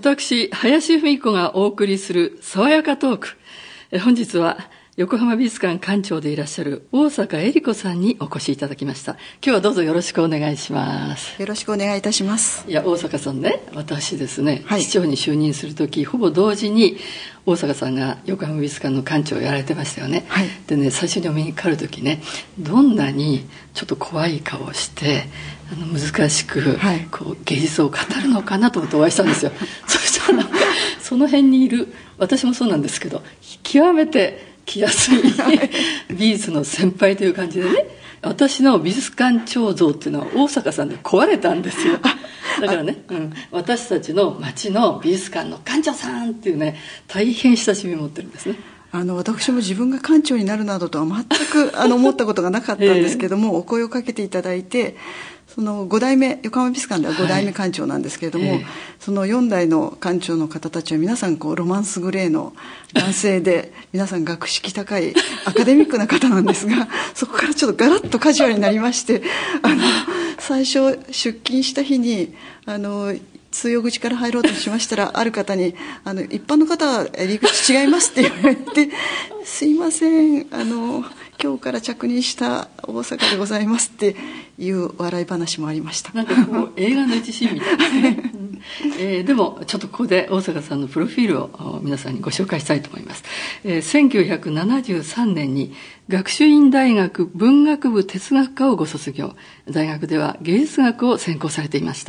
私、林芙美子がお送りする爽やかトーク。本日は横浜美術館館長でいらっしゃる大坂恵理子さんにお越しいただきました。今日はどうぞよろしくお願いします。 よろしくお願いいたします。 いや、大坂さんね、私ですね、 はい、 市長に就任するとき、ほぼ同時に大坂さんが横浜美術館の館長をやられてましたよね。 はい、 でね、最初にお目にかかるときね、どんなにちょっと怖い顔をして難しく、 はい、 こう芸術を語るのかなと思ってお会いしたんですよ。そしたらなんかその辺にいる私もそうなんですけど、極めて気安い美術の先輩という感じでね、私の美術館長像っていうのは大坂さんで壊れたんですよ。だからね、私たちの町の美術館の館長さんっていうね、大変親しみを持ってるんですね。 私も自分が館長になるなどとは全く思ったことがなかったんですけども、お声をかけていただいて、その5代目、横浜美術館では5代目館長なんですけれども、その4代の館長の方たちは皆さんロマンスグレーの男性で皆さん学識高いアカデミックな方なんですが、そこからちょっとガラッとカジュアルになりまして、最初出勤した日に通用口から入ろうとしましたら、ある方に一般の方は入り口違いますって言われて、すいません、今日から着任した大阪でございますっていう笑い話もありました。 なんかこう映画の一シーンみたいですね。でもちょっとここで大坂さんのプロフィールを皆さんにご紹介したいと思います。1973年に学習院大学文学部哲学科をご卒業。大学では芸術学を専攻されていました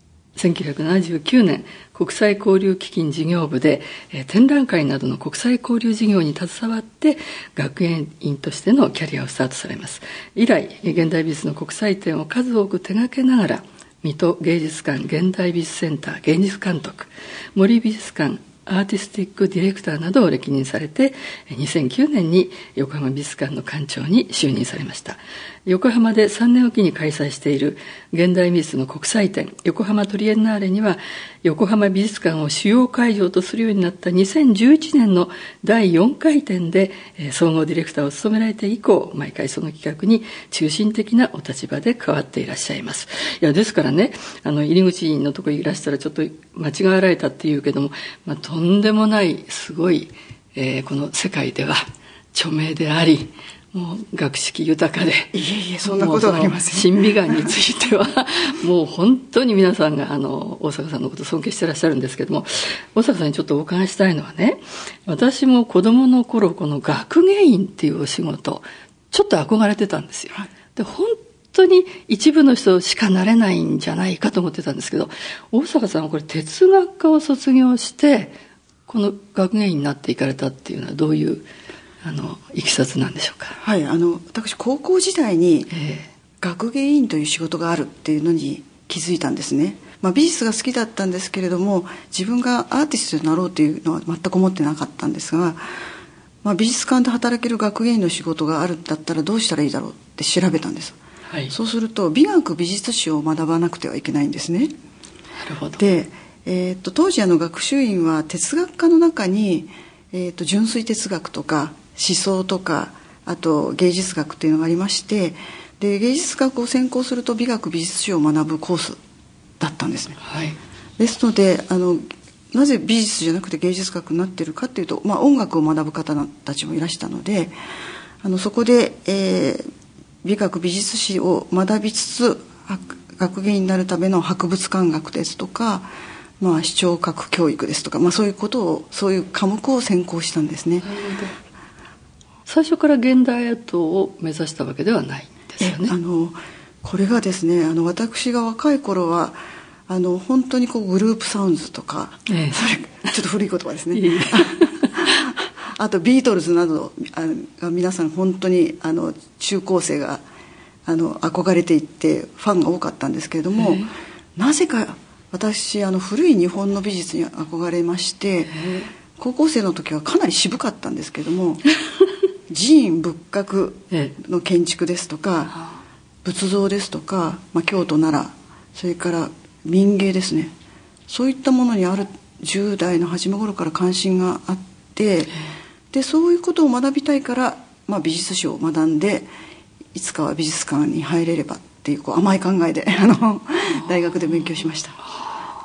。1979年、国際交流基金事業部で展覧会などの国際交流事業に携わって学芸員としてのキャリアをスタートされます。以来、現代美術の国際展を数多く手掛けながら、水戸芸術館現代美術センター現実監督、森美術館アーティスティックディレクターなどを歴任されて、2009年に横浜美術館の館長に就任されました。横浜で3年おきに開催している現代美術の国際展、横浜トリエンナーレには、横浜美術館を主要会場とするようになった2011年の第4回展で総合ディレクターを務められて以降、毎回その企画に中心的なお立場で加わっていらっしゃいます。いや、ですからね、入り口のところにいらしたらちょっと間違われたっていうけども、とんでもないすごい、この世界では著名であり、もう学識豊かで、 いえいえ、そんなことはありません。 審美眼についてはもう本当に皆さんが大坂さんのことを尊敬してらっしゃるんですけども、大坂さんにちょっとお伺いしたいのはね、私も子供の頃この学芸員っていうお仕事ちょっと憧れてたんですよ。で、本当に一部の人しかなれないんじゃないかと思ってたんですけど、大坂さんはこれ哲学科を卒業してこの学芸員になっていかれたっていうのはどういういきさつなんでしょうか。 はい、私高校時代に学芸員という仕事があるっていうのに気づいたんですね。美術が好きだったんですけれども、自分がアーティストになろうというのは全く思ってなかったんですが、美術館で働ける学芸員の仕事があるんだったらどうしたらいいだろうって調べたんです。はい、そうすると美学美術史を学ばなくてはいけないんですね。 なるほど。 で、当時学習院は哲学科の中に、純粋哲学とか思想とか、あと芸術学っていうのがありまして、で芸術学を専攻すると美学美術史を学ぶコースだったんですね。 はい、 ですのでなぜ美術じゃなくて芸術学になっているかというと、音楽を学ぶ方たちもいらしたので、そこで、美学美術史を学びつつ学芸員になるための博物館学ですとか、視聴覚教育ですとか、そういうことを、そういう科目を専攻したんですね。 最初から現代アートを目指したわけではないんですよね。 これがですね、私が若い頃は本当にグループサウンズとか、それちょっと古い言葉ですね。あとビートルズなど皆さん本当に中高生が憧れていってファンが多かったんですけれども、なぜか私古い日本の美術に憧れまして、高校生の時はかなり渋かったんですけども寺院仏閣の建築ですとか、仏像ですとか、京都奈良、それから民芸ですね、そういったものにある10代の初め頃から関心があって、でそういうことを学びたいから、美術史を学んでいつかは美術館に入れればっていう、甘い考えで大学で勉強しました。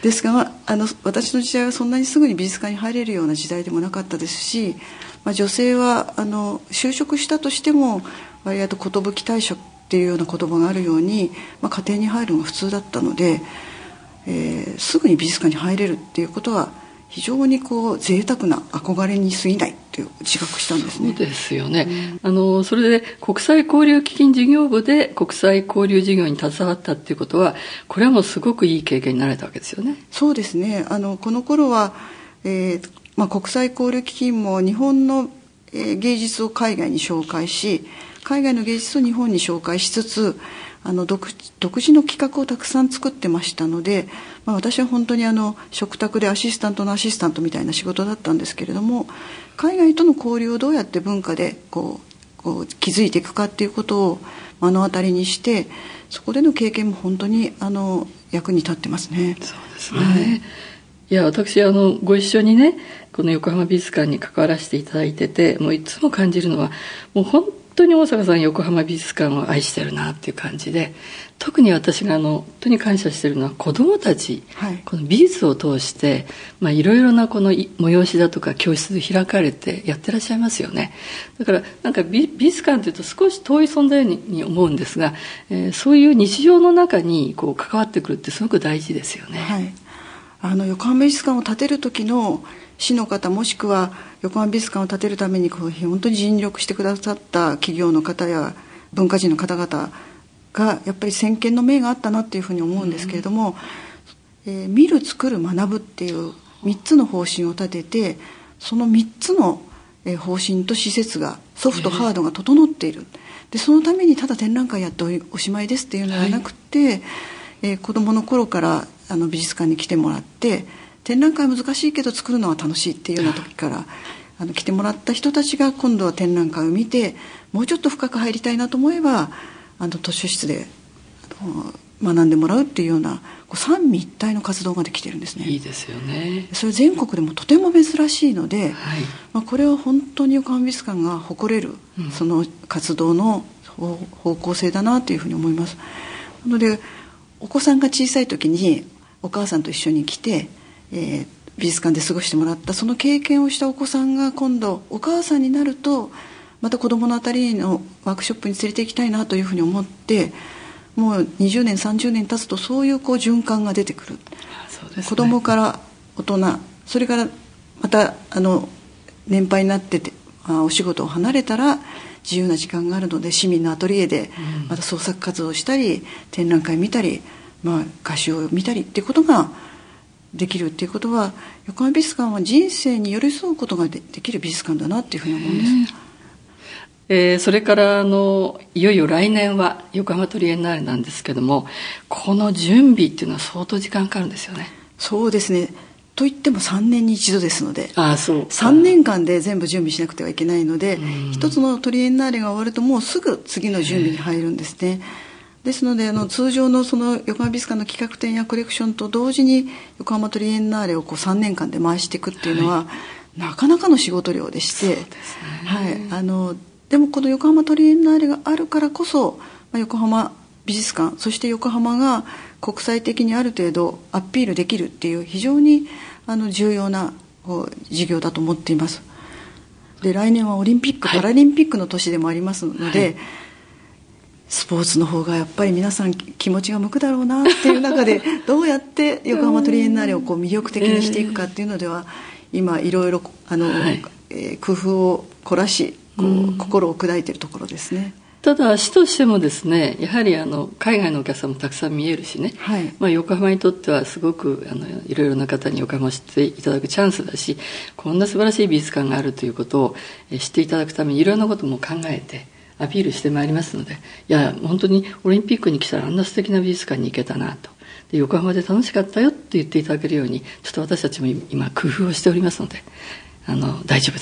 ですが、私の時代はそんなにすぐに美術館に入れるような時代でもなかったですし、女性は就職したとしても割と寿退職っていうような言葉があるように、家庭に入るのが普通だったので、すぐに美術館に入れるっていうことは非常に贅沢な憧れに過ぎないっていう自覚したんですね。 そうですよね。それで国際交流基金事業部で国際交流事業に携わったっていうことは、これはもうすごくいい経験になられたわけですよね。 そうですね。この頃は、国際交流基金も日本の、芸術を海外に紹介し、海外の芸術を日本に紹介しつつ、独自の企画をたくさん作ってましたので、私は本当に嘱託でアシスタントのアシスタントみたいな仕事だったんですけれども、海外との交流をどうやって文化で築いていくかっていうことを目の当たりにして、そこでの経験も本当に役に立ってますね。 そうですね。はい、いや、私ご一緒にね、この横浜美術館に関わらせていただいてて、もういつも感じるのは、もう本当に大阪さん横浜美術館を愛してるなっていう感じで、特に私が本当に感謝してるのは子どもたち、はい、この美術を通して、いろいろなこの催しだとか教室で開かれてやってらっしゃいますよね。だからなんか美術館というと少し遠い存在に思うんですが、そういう日常の中に関わってくるってすごく大事ですよね。 はい、横浜美術館を建てる時の市の方、もしくは横浜美術館を建てるために本当に尽力してくださった企業の方や文化人の方々がやっぱり先見の明があったなっていうふうに思うんですけれども、見る、作る、学ぶっていう3つの方針を立てて、その3つの方針と施設がソフト、ハードが整っている。でそのためにただ展覧会やっておしまいですっていうのではなくて、子どもの頃から美術館に来てもらって、展覧会難しいけど作るのは楽しいっていうような時から来てもらった人たちが今度は展覧会を見て、もうちょっと深く入りたいなと思えば図書室で学んでもらうっていうような三位一体の活動ができてるんですね。 いいですよね。 それ全国でもとても珍しいので、これは本当に横浜美術館が誇れるその活動の方向性だなというふうに思います。なのでお子さんが小さい時にお母さんと一緒に来て、美術館で過ごしてもらったその経験をしたお子さんが今度お母さんになると、また子どものあたりのワークショップに連れて行きたいなというふうに思って、もう20年30年経つとそういう循環が出てくる。そうですね、子どもから大人、それからまた年配になっててお仕事を離れたら自由な時間があるので、市民のアトリエでまた創作活動をしたり、展覧会見たり、歌集を見たりっていうことができるっていうことは、横浜美術館は人生に寄り添うことができる美術館だなっていうふうに思うんです。それからいよいよ来年は横浜トリエンナーレなんですけども、この準備っていうのは相当時間かかるんですよね。 そうですね。といっても3年に一度ですので、 そう 3年間で全部準備しなくてはいけないので、一つのトリエンナーレが終わるともうすぐ次の準備に入るんですね。ですので通常のその横浜美術館の企画展やコレクションと同時に横浜トリエンナーレを3年間で回していくっていうのは、なかなかの仕事量でして、でもこの横浜トリエンナーレがあるからこそ、横浜美術館、そして横浜が国際的にある程度アピールできるっていう非常に重要な事業だと思っています。で来年はオリンピック・パラリンピックの年でもありますので、スポーツの方がやっぱり皆さん気持ちが向くだろうなっていう中でどうやって横浜トリエンナーレを魅力的にしていくかっていうのでは、今いろいろ工夫を凝らし心を砕いているところですね。 ただ市としてもですね、やはり海外のお客さんもたくさん見えるしね、横浜にとってはすごくいろいろな方に横浜を知っていただくチャンスだし、こんな素晴らしい美術館があるということを知っていただくためにいろんなことも考えてアピールしてまいりますので、いや本当にオリンピックに来たらあんな素敵な美術館に行けたなと、で横浜で楽しかったよって言っていただけるようにちょっと私たちも今工夫をしておりますので大丈夫です。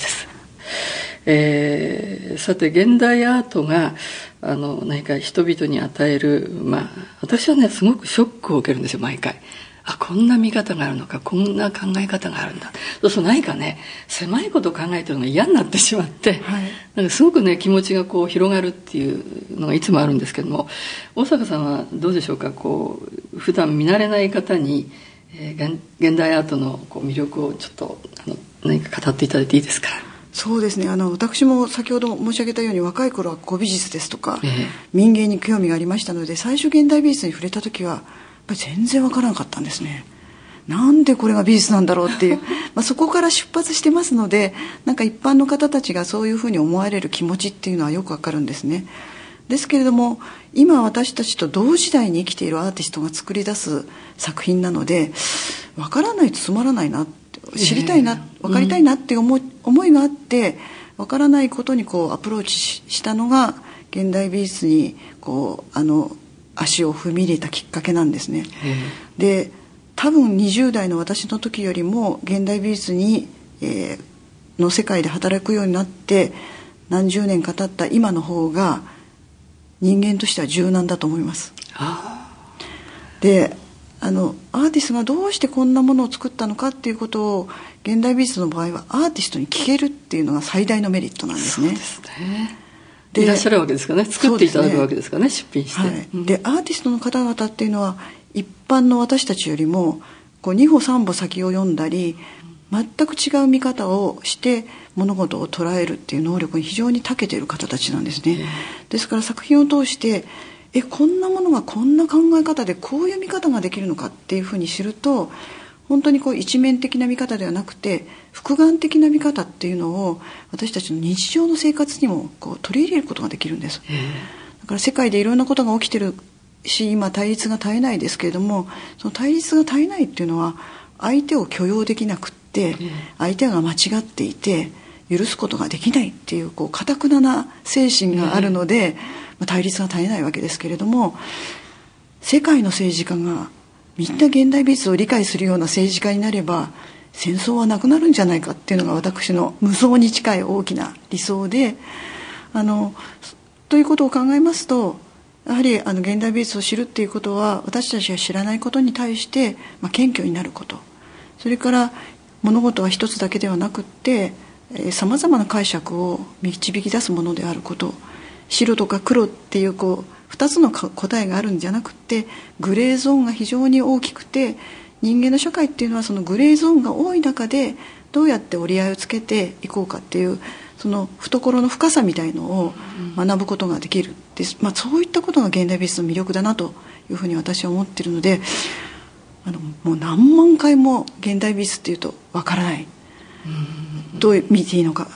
さて現代アートが何か人々に与える、私はねすごくショックを受けるんですよ毎回。こんな見方があるのか、こんな考え方があるんだ。そうすると何かね狭いことを考えてるのが嫌になってしまって、なんかすごくね気持ちが広がるっていうのがいつもあるんですけども、大阪さんはどうでしょうか。普段見慣れない方に、 現代アートの魅力をちょっと何か語っていただいていいですか。 そうですね、私も先ほど申し上げたように若い頃は古美術ですとか、民芸に興味がありましたので、最初現代美術に触れた時はやっぱり全然わからなかったんですね。なんでこれが美術なんだろうっていうそこから出発してますので、なんか一般の方たちがそういうふうに思われる気持ちっていうのはよくわかるんですね。ですけれども、今私たちと同時代に生きているアーティストが作り出す作品なので、わからないとつまらないな、知りたいな、分かりたいなっていう思いがあって、分からないことにアプローチしたのが現代美術に足を踏み入れたきっかけなんですね。で、多分20代の私の時よりも現代美術の世界で働くようになって何十年か経った今の方が人間としては柔軟だと思います。で、アーティストがどうしてこんなものを作ったのかっていうことを現代美術の場合はアーティストに聞けるっていうのが最大のメリットなんですね。 そうですね。でいらっしゃるわけですかね。作っていただくわけですかね、出品して。 で、アーティストの方々っていうのは一般の私たちよりも2歩3歩先を読んだり、全く違う見方をして物事を捉えるっていう能力に非常に長けている方たちなんですね。ですから作品を通してこんなものがこんな考え方でこういう見方ができるのかっていうふうに知ると、本当に一面的な見方ではなくて複眼的な見方っていうのを私たちの日常の生活にも取り入れることができるんです。だから世界でいろんなことが起きてるし、今対立が絶えないですけれども、その対立が絶えないっていうのは相手を許容できなくって、相手が間違っていて許すことができないっていう堅くな精神があるので、対立が絶えないわけですけれども、世界の政治家がみんな現代美術を理解するような政治家になれば戦争はなくなるんじゃないかっていうのが私の無双に近い大きな理想で、ということを考えますと、やはり現代美術を知るっていうことは私たちが知らないことに対して、謙虚になること、それから物事は一つだけではなくってさまざまな解釈を導き出すものであること、白とか黒っていう2つの答えがあるんじゃなくて、グレーゾーンが非常に大きくて、人間の社会っていうのはそのグレーゾーンが多い中でどうやって折り合いをつけていこうかっていう、その懐の深さみたいのを学ぶことができるです、そういったことが現代美術の魅力だなというふうに私は思っているので、もう何万回も現代美術っていうとわからない、どう見ていいのか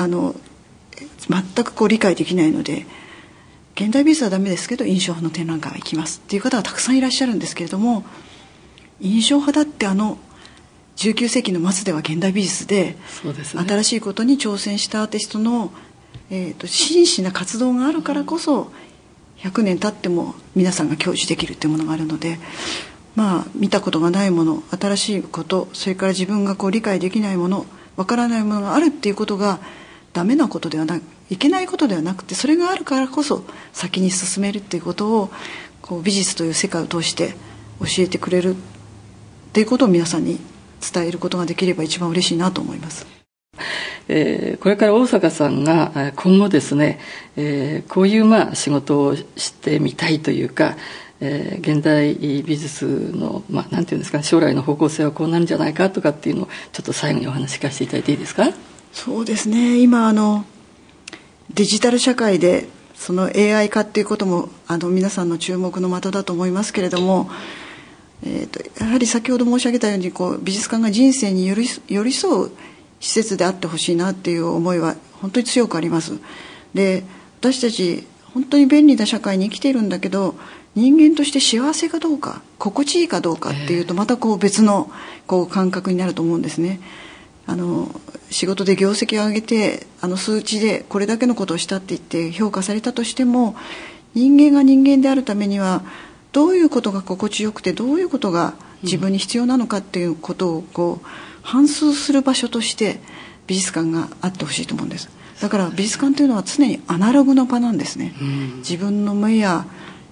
全く理解できないので、現代美術はダメですけど印象派の展覧会は行きますっていう方がたくさんいらっしゃるんですけれども、印象派だって19世紀の末では現代美術で、新しいことに挑戦したアーティストの、真摯な活動があるからこそ100年経っても皆さんが享受できるっていうものがあるので、見たことがないもの、新しいこと、それから自分が理解できないもの、わからないものがあるっていうことがダメなことではなく、いけないことではなくて、それがあるからこそ先に進めるっていうことを美術という世界を通して教えてくれるっていうことを皆さんに伝えることができれば一番嬉しいなと思います。 これから大坂さんが今後ですね、こういう仕事をしてみたいというか、現代美術のなんていうんですか、将来の方向性はこうなるんじゃないかとかっていうのをちょっと最後にお話し聞かせていただいていいですか。 そうですね、今デジタル社会でその AI 化っていうことも皆さんの注目の的だと思いますけれども、やはり先ほど申し上げたように美術館が人生に寄り添う施設であってほしいなっていう思いは本当に強くあります。で、私たち本当に便利な社会に生きているんだけど、人間として幸せかどうか、心地いいかどうかっていうとまた別の感覚になると思うんですね。仕事で業績を上げて数値でこれだけのことをしたって言って評価されたとしても、人間が人間であるためにはどういうことが心地よくてどういうことが自分に必要なのかっていうことを反芻する場所として美術館があってほしいと思うんです。だから美術館というのは常にアナログの場なんですね。自分の目や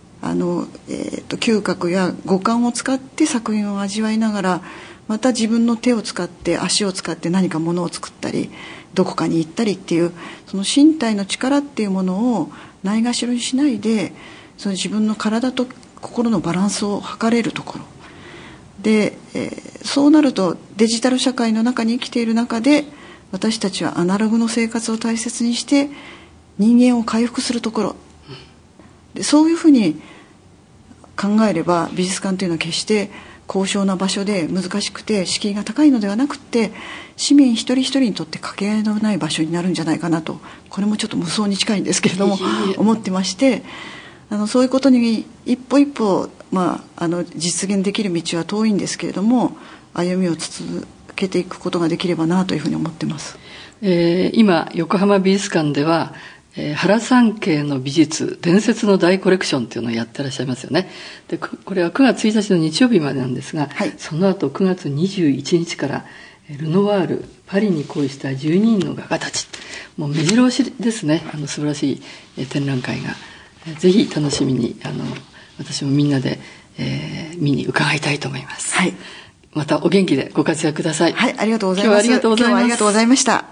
嗅覚や五感を使って作品を味わいながら、また自分の手を使って足を使って何かものを作ったりどこかに行ったりっていう、その身体の力っていうものをないがしろにしないで、その自分の体と心のバランスを測れるところ、 で、そうなるとデジタル社会の中に生きている中で、私たちはアナログの生活を大切にして人間を回復するところで、そういうふうに考えれば美術館というのは決して高尚な場所で難しくて敷居が高いのではなくて、市民一人一人にとってかけがえのない場所になるんじゃないかなと、これもちょっと無双に近いんですけれども思ってまして、そういうことに一歩一歩、実現できる道は遠いんですけれども、歩みを続けていくことができればなというふうに思ってます。 今横浜美術館では、原三景の美術伝説の大コレクションというのをやってらっしゃいますよね。でこれは9月1日の日曜日までなんですが、はい、その後9月21日からルノワールパリに恋した12人の画家たち、もう目白押しですね。素晴らしい展覧会がぜひ楽しみに私もみんなで、見に伺いたいと思います。はい、またお元気でご活躍ください。 はい、ありがとうございます。 今日はありがとうございます。 今日はありがとうございました。